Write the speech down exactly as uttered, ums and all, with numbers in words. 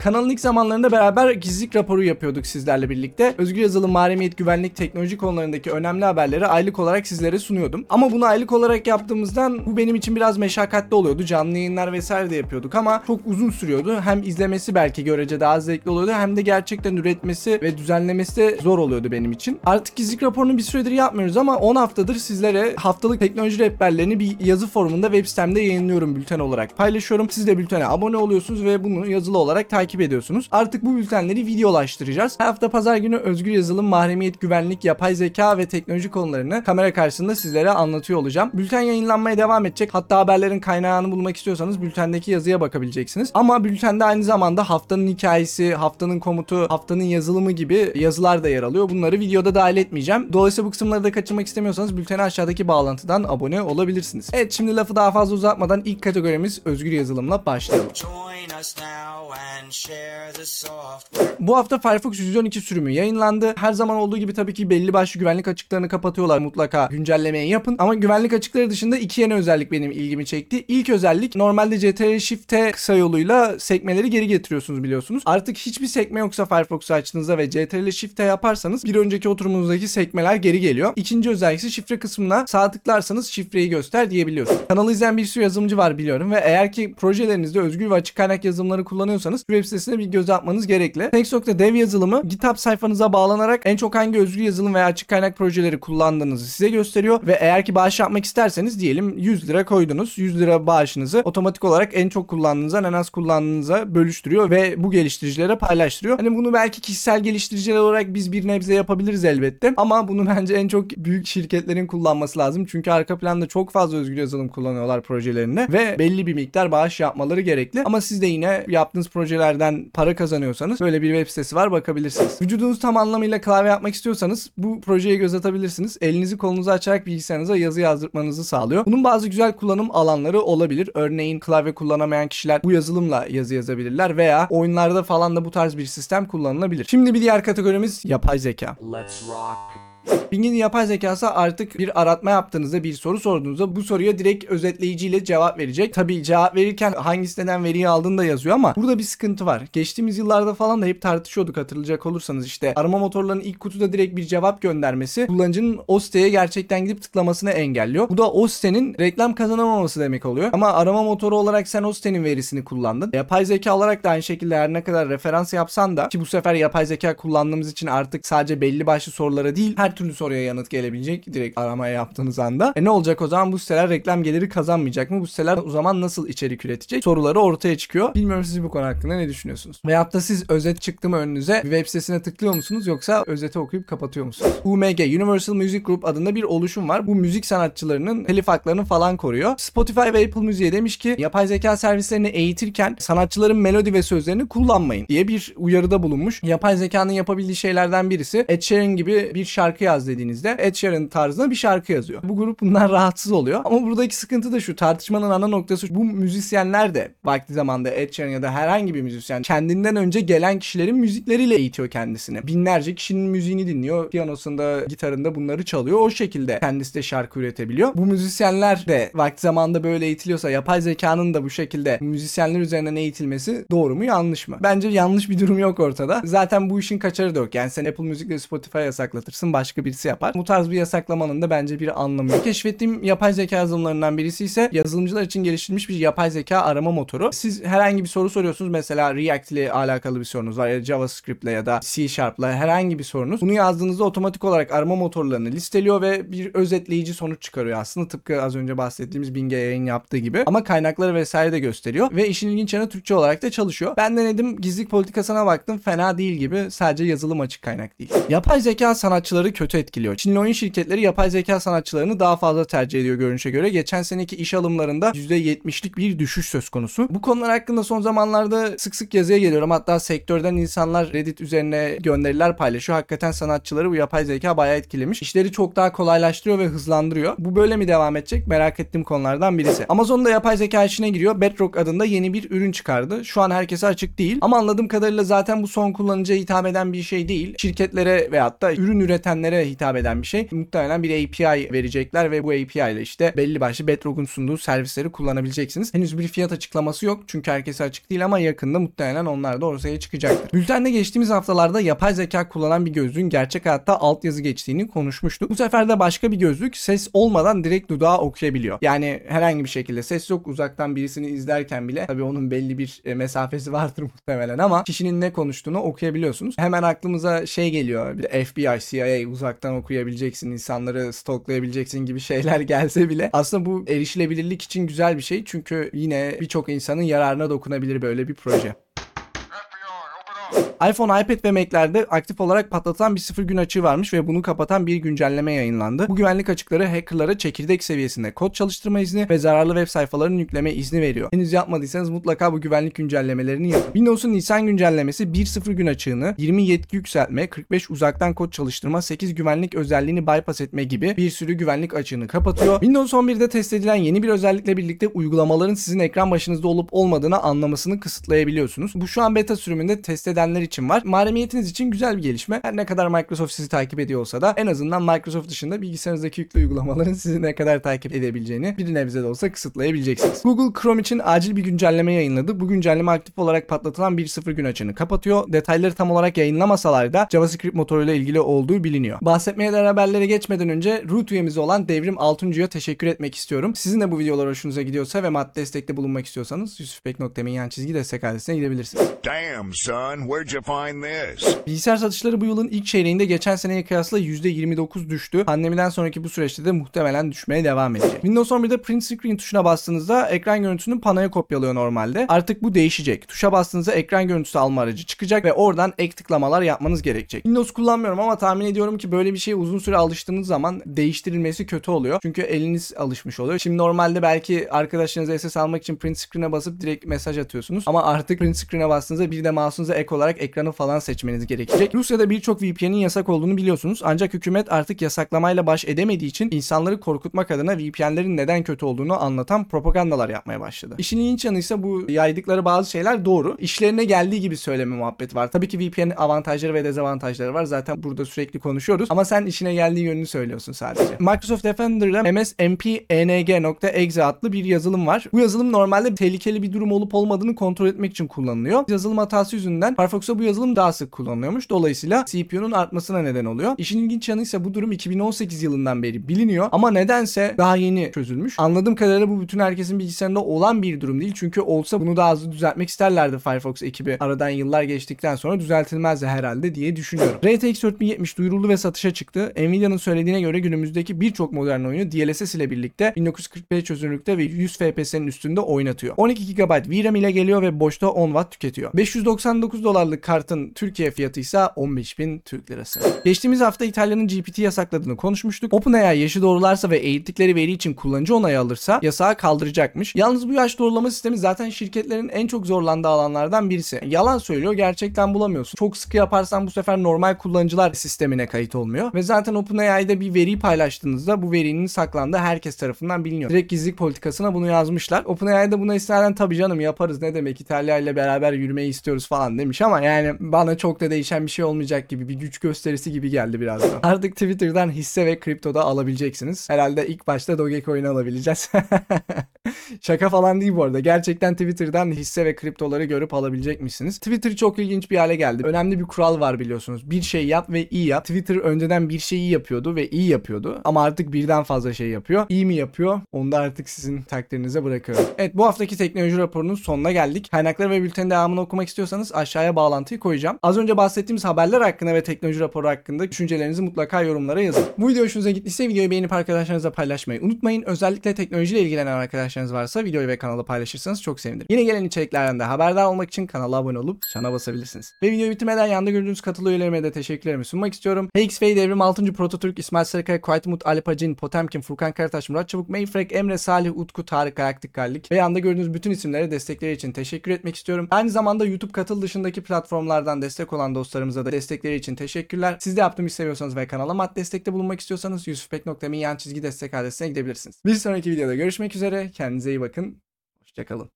Kanalın ilk zamanlarında beraber gizlilik raporu yapıyorduk sizlerle birlikte. Özgür yazılım, mahremiyet, güvenlik, teknoloji konularındaki önemli haberleri aylık olarak sizlere sunuyordum. Ama bunu aylık olarak yaptığımızdan bu benim için biraz meşakkatli oluyordu. Canlı yayınlar vesaire de yapıyorduk ama çok uzun sürüyordu. Hem izlemesi belki görece daha zevkli oluyordu hem de gerçekten üretmesi ve düzenlemesi de zor oluyordu benim için. Artık gizlilik raporunu bir süredir yapmıyoruz ama on haftadır sizlere haftalık teknoloji rehberlerini bir yazı formunda web sitemde yayınlıyorum, bülten olarak paylaşıyorum. Siz de bültene abone oluyorsunuz ve bunu yazılı olarak takip ediyorsunuz. Artık bu bültenleri videolaştıracağız. Her hafta pazar günü özgür yazılım, mahremiyet, güvenlik, yapay zeka ve teknoloji konularını kamera karşısında sizlere anlatıyor olacağım. Bülten yayınlanmaya devam edecek. Hatta haberlerin kaynağını bulmak istiyorsanız bültendeki yazıya bakabileceksiniz. Ama bültende aynı zamanda haftanın hikayesi, haftanın komutu, haftanın yazılımı gibi yazılar da yer alıyor. Bunları videoda dahil etmeyeceğim. Dolayısıyla bu kısımları da kaçırmak istemiyorsanız bültene aşağıdaki bağlantıdan abone olabilirsiniz. Evet, şimdi lafı daha fazla uzatmadan ilk kategorimiz özgür yazılımla başlayalım. Bu hafta Firefox yüz on iki sürümü yayınlandı. Her zaman olduğu gibi tabii ki belli başlı güvenlik açıklarını kapatıyorlar. Mutlaka güncellemeyi yapın. Ama güvenlik açıkları dışında iki yeni özellik benim ilgimi çekti. İlk özellik, normalde C T R L Shift T kısa yoluyla sekmeleri geri getiriyorsunuz biliyorsunuz. Artık hiçbir sekme yoksa Firefox'u açtığınızda ve C T R L Shift T yaparsanız bir önceki oturumunuzdaki sekmeler geri geliyor. İkinci özellik ise şifre kısmına sağ tıklarsanız şifreyi göster diyebiliyorsunuz. Kanalı izleyen bir sürü yazılımcı var biliyorum ve eğer ki projelerinizde özgür ve açık kaynak yazılımları kullanıyorsanız web sitesine bir göz atmanız gerekli. Thanks nokta dev yazılımı GitHub sayfanıza bağlanarak en çok hangi özgür yazılım veya açık kaynak projeleri kullandığınızı size gösteriyor ve eğer ki bağış yapmak isterseniz diyelim yüz lira koydunuz. yüz lira bağışınızı otomatik olarak en çok kullandığınızdan en az kullandığınıza bölüştürüyor ve bu geliştiricilere paylaştırıyor. Hani bunu belki kişisel geliştiriciler olarak biz bir nebze yapabiliriz elbette ama bunu bence en çok büyük şirketlerin kullanması lazım. Çünkü arka planda çok fazla özgür yazılım kullanıyorlar projelerinde ve belli bir miktar bağış yapmaları gerekli. Ama siz de yine yaptığınız projelerden para kazanıyorsanız böyle bir web sitesi var, bakabilirsiniz. Vücudunuzu tam anlamıyla klavye yapmak istiyorsanız bu projeye göz atabilirsiniz. Elinizi kolunuzu açarak bilgisayarınıza yazı yazdırmanızı sağlıyor. Bunun bazı güzel kullanım alanları olabilir. Örneğin klavye kullanamayan kişiler bu yazılımla yazı yazabilirler veya oyunlarda falan da bu tarz bir sistem kullanılabilir. Şimdi bir diğer kategorimiz yapay zeka. Let's rock. Bing'in yapay zekası artık bir aratma yaptığınızda, bir soru sorduğunuzda bu soruya direkt özetleyiciyle cevap verecek. Tabii cevap verirken hangi siteden veriyi aldığını da yazıyor ama burada bir sıkıntı var. Geçtiğimiz yıllarda falan da hep tartışıyorduk, hatırlayacak olursanız işte arama motorlarının ilk kutuda direkt bir cevap göndermesi kullanıcının o siteye gerçekten gidip tıklamasını engelliyor. Bu da o sitenin reklam kazanamaması demek oluyor. Ama arama motoru olarak sen o sitenin verisini kullandın. Yapay zeka olarak da aynı şekilde her ne kadar referans yapsan da, ki bu sefer yapay zeka kullandığımız için artık sadece belli başlı sorulara değil her türlü soruya yanıt gelebilecek direkt aramaya yaptığınız anda. E ne olacak o zaman? Bu siteler reklam geliri kazanmayacak mı? Bu siteler o zaman nasıl içerik üretecek? Soruları ortaya çıkıyor. Bilmiyorum siz bu konu hakkında ne düşünüyorsunuz? Veyahut da siz özet çıktı mı önünüze bir web sitesine tıklıyor musunuz yoksa özeti okuyup kapatıyor musunuz? U M G, Universal Music Group adında bir oluşum var. Bu müzik sanatçılarının telif haklarını falan koruyor. Spotify ve Apple Music'e demiş ki yapay zeka servislerini eğitirken sanatçıların melodi ve sözlerini kullanmayın diye bir uyarıda bulunmuş. Yapay zekanın yapabildiği şeylerden birisi Ed Sheeran gibi bir şarkı yaz dediğinizde Ed Sheeran tarzında bir şarkı yazıyor. Bu grup bundan rahatsız oluyor. Ama buradaki sıkıntı da şu, tartışmanın ana noktası bu: müzisyenler de vakti zamanda Ed Sheeran ya da herhangi bir müzisyen kendinden önce gelen kişilerin müzikleriyle eğitiyor kendisini. Binlerce kişinin müziğini dinliyor. Piyanosunda, gitarında bunları çalıyor. O şekilde kendisi de şarkı üretebiliyor. Bu müzisyenler de vakti zamanda böyle eğitiliyorsa yapay zekanın da bu şekilde müzisyenler üzerinden eğitilmesi doğru mu yanlış mı? Bence yanlış bir durum yok ortada. Zaten bu işin kaçarı da yok. Yani sen Apple Music'le Spotify yasaklatırsın, başka birisi yapar. Bu tarz bir yasaklamanın da bence bir anlamı yok. Keşfettiğim yapay zeka yazılımlarından birisi ise yazılımcılar için geliştirilmiş bir yapay zeka arama motoru. Siz herhangi bir soru soruyorsunuz. Mesela React ile alakalı bir sorunuz var ya da JavaScript ile ya da C Sharp ile herhangi bir sorunuz. Bunu yazdığınızda otomatik olarak arama motorlarını listeliyor ve bir özetleyici sonuç çıkarıyor aslında. Tıpkı az önce bahsettiğimiz Bing'e yayın yaptığı gibi. Ama kaynakları vesaire de gösteriyor ve işin ilginç yanı Türkçe olarak da çalışıyor. Ben denedim, gizlilik politikasına baktım. Fena değil gibi. Sadece yazılım açık kaynak değil. Yapay zeka sanatçıları kötü etkiliyor. Çinli oyun şirketleri yapay zeka sanatçılarını daha fazla tercih ediyor görünüşe göre. Geçen seneki iş alımlarında yüzde yetmişlik bir düşüş söz konusu. Bu konular hakkında son zamanlarda sık sık yazıya geliyorum. Hatta sektörden insanlar Reddit üzerine gönderiler paylaşıyor. Hakikaten sanatçıları bu yapay zeka bayağı etkilemiş. İşleri çok daha kolaylaştırıyor ve hızlandırıyor. Bu böyle mi devam edecek? Merak ettiğim konulardan birisi. Amazon da yapay zeka işine giriyor. Bedrock adında yeni bir ürün çıkardı. Şu an herkese açık değil. Ama anladığım kadarıyla zaten bu son kullanıcıya hitap eden bir şey değil. Şirketlere veyahut da ürün üretenlere erişkinlere hitap eden bir şey. Muhtemelen bir A P I verecekler ve bu A P I ile işte belli başlı Bedrock'un sunduğu servisleri kullanabileceksiniz. Henüz bir fiyat açıklaması yok çünkü herkese açık değil ama yakında muhtemelen onlar da ortaya çıkacaktır. Bültende geçtiğimiz haftalarda yapay zeka kullanan bir gözlüğün gerçek hayatta altyazı geçtiğini konuşmuştuk. Bu sefer de başka bir gözlük ses olmadan direkt dudağı okuyabiliyor. Yani herhangi bir şekilde ses yok. Uzaktan birisini izlerken bile tabii onun belli bir e, mesafesi vardır muhtemelen ama kişinin ne konuştuğunu okuyabiliyorsunuz. Hemen aklımıza şey geliyor. Bir F B I, C I A uzaktan okuyabileceksin, insanları stalklayabileceksin gibi şeyler gelse bile aslında bu erişilebilirlik için güzel bir şey. Çünkü yine birçok insanın yararına dokunabilir böyle bir proje. iPhone, iPad ve Mac'lerde aktif olarak patlatılan bir sıfır gün açığı varmış ve bunu kapatan bir güncelleme yayınlandı. Bu güvenlik açıkları hackerlara çekirdek seviyesinde kod çalıştırma izni ve zararlı web sayfalarının yükleme izni veriyor. Henüz yapmadıysanız mutlaka bu güvenlik güncellemelerini yapın. Windows'un Nisan güncellemesi bir sıfır gün açığını, yirmi yetki yükseltme, kırk beş uzaktan kod çalıştırma, sekiz güvenlik özelliğini bypass etme gibi bir sürü güvenlik açığını kapatıyor. Windows on birde test edilen yeni bir özellikle birlikte uygulamaların sizin ekran başınızda olup olmadığını anlamasını kısıtlayabiliyorsunuz. Bu şu an beta sürümünde test edenler için var. Mahremiyetiniz için güzel bir gelişme. Her ne kadar Microsoft sizi takip ediyor olsa da en azından Microsoft dışında bilgisayarınızdaki yüklü uygulamaların sizi ne kadar takip edebileceğini bir nebze de olsa kısıtlayabileceksiniz. Google Chrome için acil bir güncelleme yayınladı. Bu güncelleme aktif olarak patlatılan bir sıfır gün açığını kapatıyor. Detayları tam olarak yayınlamasalar da JavaScript motoruyla ilgili olduğu biliniyor. Bahsetmeye değer haberlere geçmeden önce root üyemiz olan Devrim Altuncu'ya teşekkür etmek istiyorum. Sizin de bu videolar hoşunuza gidiyorsa ve maddi destekte bulunmak istiyorsanız yusufbek nokta me yan çizgi destek adresine gidebilirsiniz. Damn son, where'd you find this? Bilgisayar satışları bu yılın ilk çeyreğinde geçen seneye kıyasla yüzde yirmi dokuz düştü. Pandemiden sonraki bu süreçte de muhtemelen düşmeye devam edecek. Windows on birde Print Screen tuşuna bastığınızda ekran görüntüsünü panoya kopyalıyor normalde. Artık bu değişecek. Tuşa bastığınızda ekran görüntüsü alma aracı çıkacak ve oradan ek tıklamalar yapmanız gerekecek. Windows kullanmıyorum ama tahmin ediyorum ki böyle bir şeye uzun süre alıştığınız zaman değiştirilmesi kötü oluyor. Çünkü eliniz alışmış oluyor. Şimdi normalde belki arkadaşlarınıza S S almak için Print Screen'e basıp direkt mesaj atıyorsunuz. Ama artık Print Screen'e bastığınızda bir de mouse'unuza ek olarak ekranı falan seçmeniz gerekecek. Rusya'da birçok V P N'in yasak olduğunu biliyorsunuz. Ancak hükümet artık yasaklamayla baş edemediği için insanları korkutmak adına V P N'lerin neden kötü olduğunu anlatan propagandalar yapmaya başladı. İşin ilginç yanı ise bu yaydıkları bazı şeyler doğru. İşlerine geldiği gibi söyleme muhabbeti var. Tabii ki V P N'in avantajları ve dezavantajları var. Zaten burada sürekli konuşuyoruz. Ama sen işine geldiği yönünü söylüyorsun sadece. Microsoft Defender'da M S M P E N G nokta E X E adlı bir yazılım var. Bu yazılım normalde tehlikeli bir durum olup olmadığını kontrol etmek için kullanılıyor. Yazılım hatası yüzünden Firefox'ta bu yazılım daha sık kullanılıyormuş. Dolayısıyla C P U'nun artmasına neden oluyor. İşin ilginç yanı ise bu durum iki bin on sekiz yılından beri biliniyor ama nedense daha yeni çözülmüş. Anladığım kadarıyla bu bütün herkesin bilgisayarında olan bir durum değil. Çünkü olsa bunu daha hızlı düzeltmek isterlerdi Firefox ekibi. Aradan yıllar geçtikten sonra düzeltilmezdi herhalde diye düşünüyorum. R T X dört bin yetmiş duyuruldu ve satışa çıktı. Nvidia'nın söylediğine göre günümüzdeki birçok modern oyunu D L S S ile birlikte bin dokuz yüz kırk p çözünürlükte ve yüz F P S'nin üstünde oynatıyor. on iki gigabayt V RAM ile geliyor ve boşta on watt tüketiyor. beş yüz doksan dokuz dolarlık kartın Türkiye fiyatı ise on beş bin Türk lirası. Geçtiğimiz hafta İtalya'nın G P T yasakladığını konuşmuştuk. OpenAI yaşı doğrularsa ve eğittikleri veri için kullanıcı onayı alırsa yasağı kaldıracakmış. Yalnız bu yaş doğrulama sistemi zaten şirketlerin en çok zorlandığı alanlardan birisi. Yalan söylüyor, gerçekten bulamıyorsun. Çok sıkı yaparsan bu sefer normal kullanıcılar sistemine kayıt olmuyor. Ve zaten OpenAI'de bir veriyi paylaştığınızda bu verinin saklandığı herkes tarafından biliniyor. Direkt gizlilik politikasına bunu yazmışlar. OpenAI'de buna istinaden tabii canım yaparız, ne demek, İtalya ile beraber yürümeyi istiyoruz falan demiş ama yani bana çok da değişen bir şey olmayacak gibi, bir güç gösterisi gibi geldi birazdan. Artık Twitter'dan hisse ve kriptoda alabileceksiniz. Herhalde ilk başta Dogecoin'i alabileceğiz. Şaka falan değil bu arada. Gerçekten Twitter'dan hisse ve kriptoları görüp alabilecekmişsiniz. Twitter çok ilginç bir hale geldi. Önemli bir kural var biliyorsunuz. Bir şey yap ve iyi yap. Twitter önceden bir şeyi yapıyordu ve iyi yapıyordu. Ama artık birden fazla şey yapıyor. İyi mi yapıyor? Onu da artık sizin takdirinize bırakıyorum. Evet, bu haftaki teknoloji raporunun sonuna geldik. Kaynakları ve bültenin devamını okumak istiyorsanız aşağıya bağlantıyı koyacağım. Az önce bahsettiğimiz haberler hakkında ve teknoloji raporu hakkında düşüncelerinizi mutlaka yorumlara yazın. Bu video hoşunuza gittiyse videoyu beğenip arkadaşlarınızla paylaşmayı unutmayın. Özellikle teknolojiyle ilgilenen arkadaşlarınız varsa videoyu ve kanalı paylaşırsanız çok sevinirim. Yeni gelen içeriklerden de haberdar olmak için kanala abone olup çana basabilirsiniz. Ve videoyu bitirmeden yanında gördüğünüz katıl üyelerime de teşekkürlerimi sunmak istiyorum. H X F, Devrim altıncı Prototürk, İsmail Sarıkaya, Kuayt Umut, Ali Pacin, Potemkin, Furkan Karataş, Murat Çabuk, Mayfrek, Emre, Salih, Utku, Tarık, Galaktik Gallik ve yanında gördüğünüz bütün isimlere destekleri için teşekkür etmek istiyorum. Aynı zamanda YouTube katıl dışındaki platformlardan destek olan dostlarımıza da destekleri için teşekkürler. Siz de yaptığımı seviyorsanız ve kanala maddi destekte bulunmak istiyorsanız yusufbek nokta me yan çizgi destek adresine gidebilirsiniz. Bir sonraki videoda görüşmek üzere. Kendinize iyi bakın. Hoşçakalın.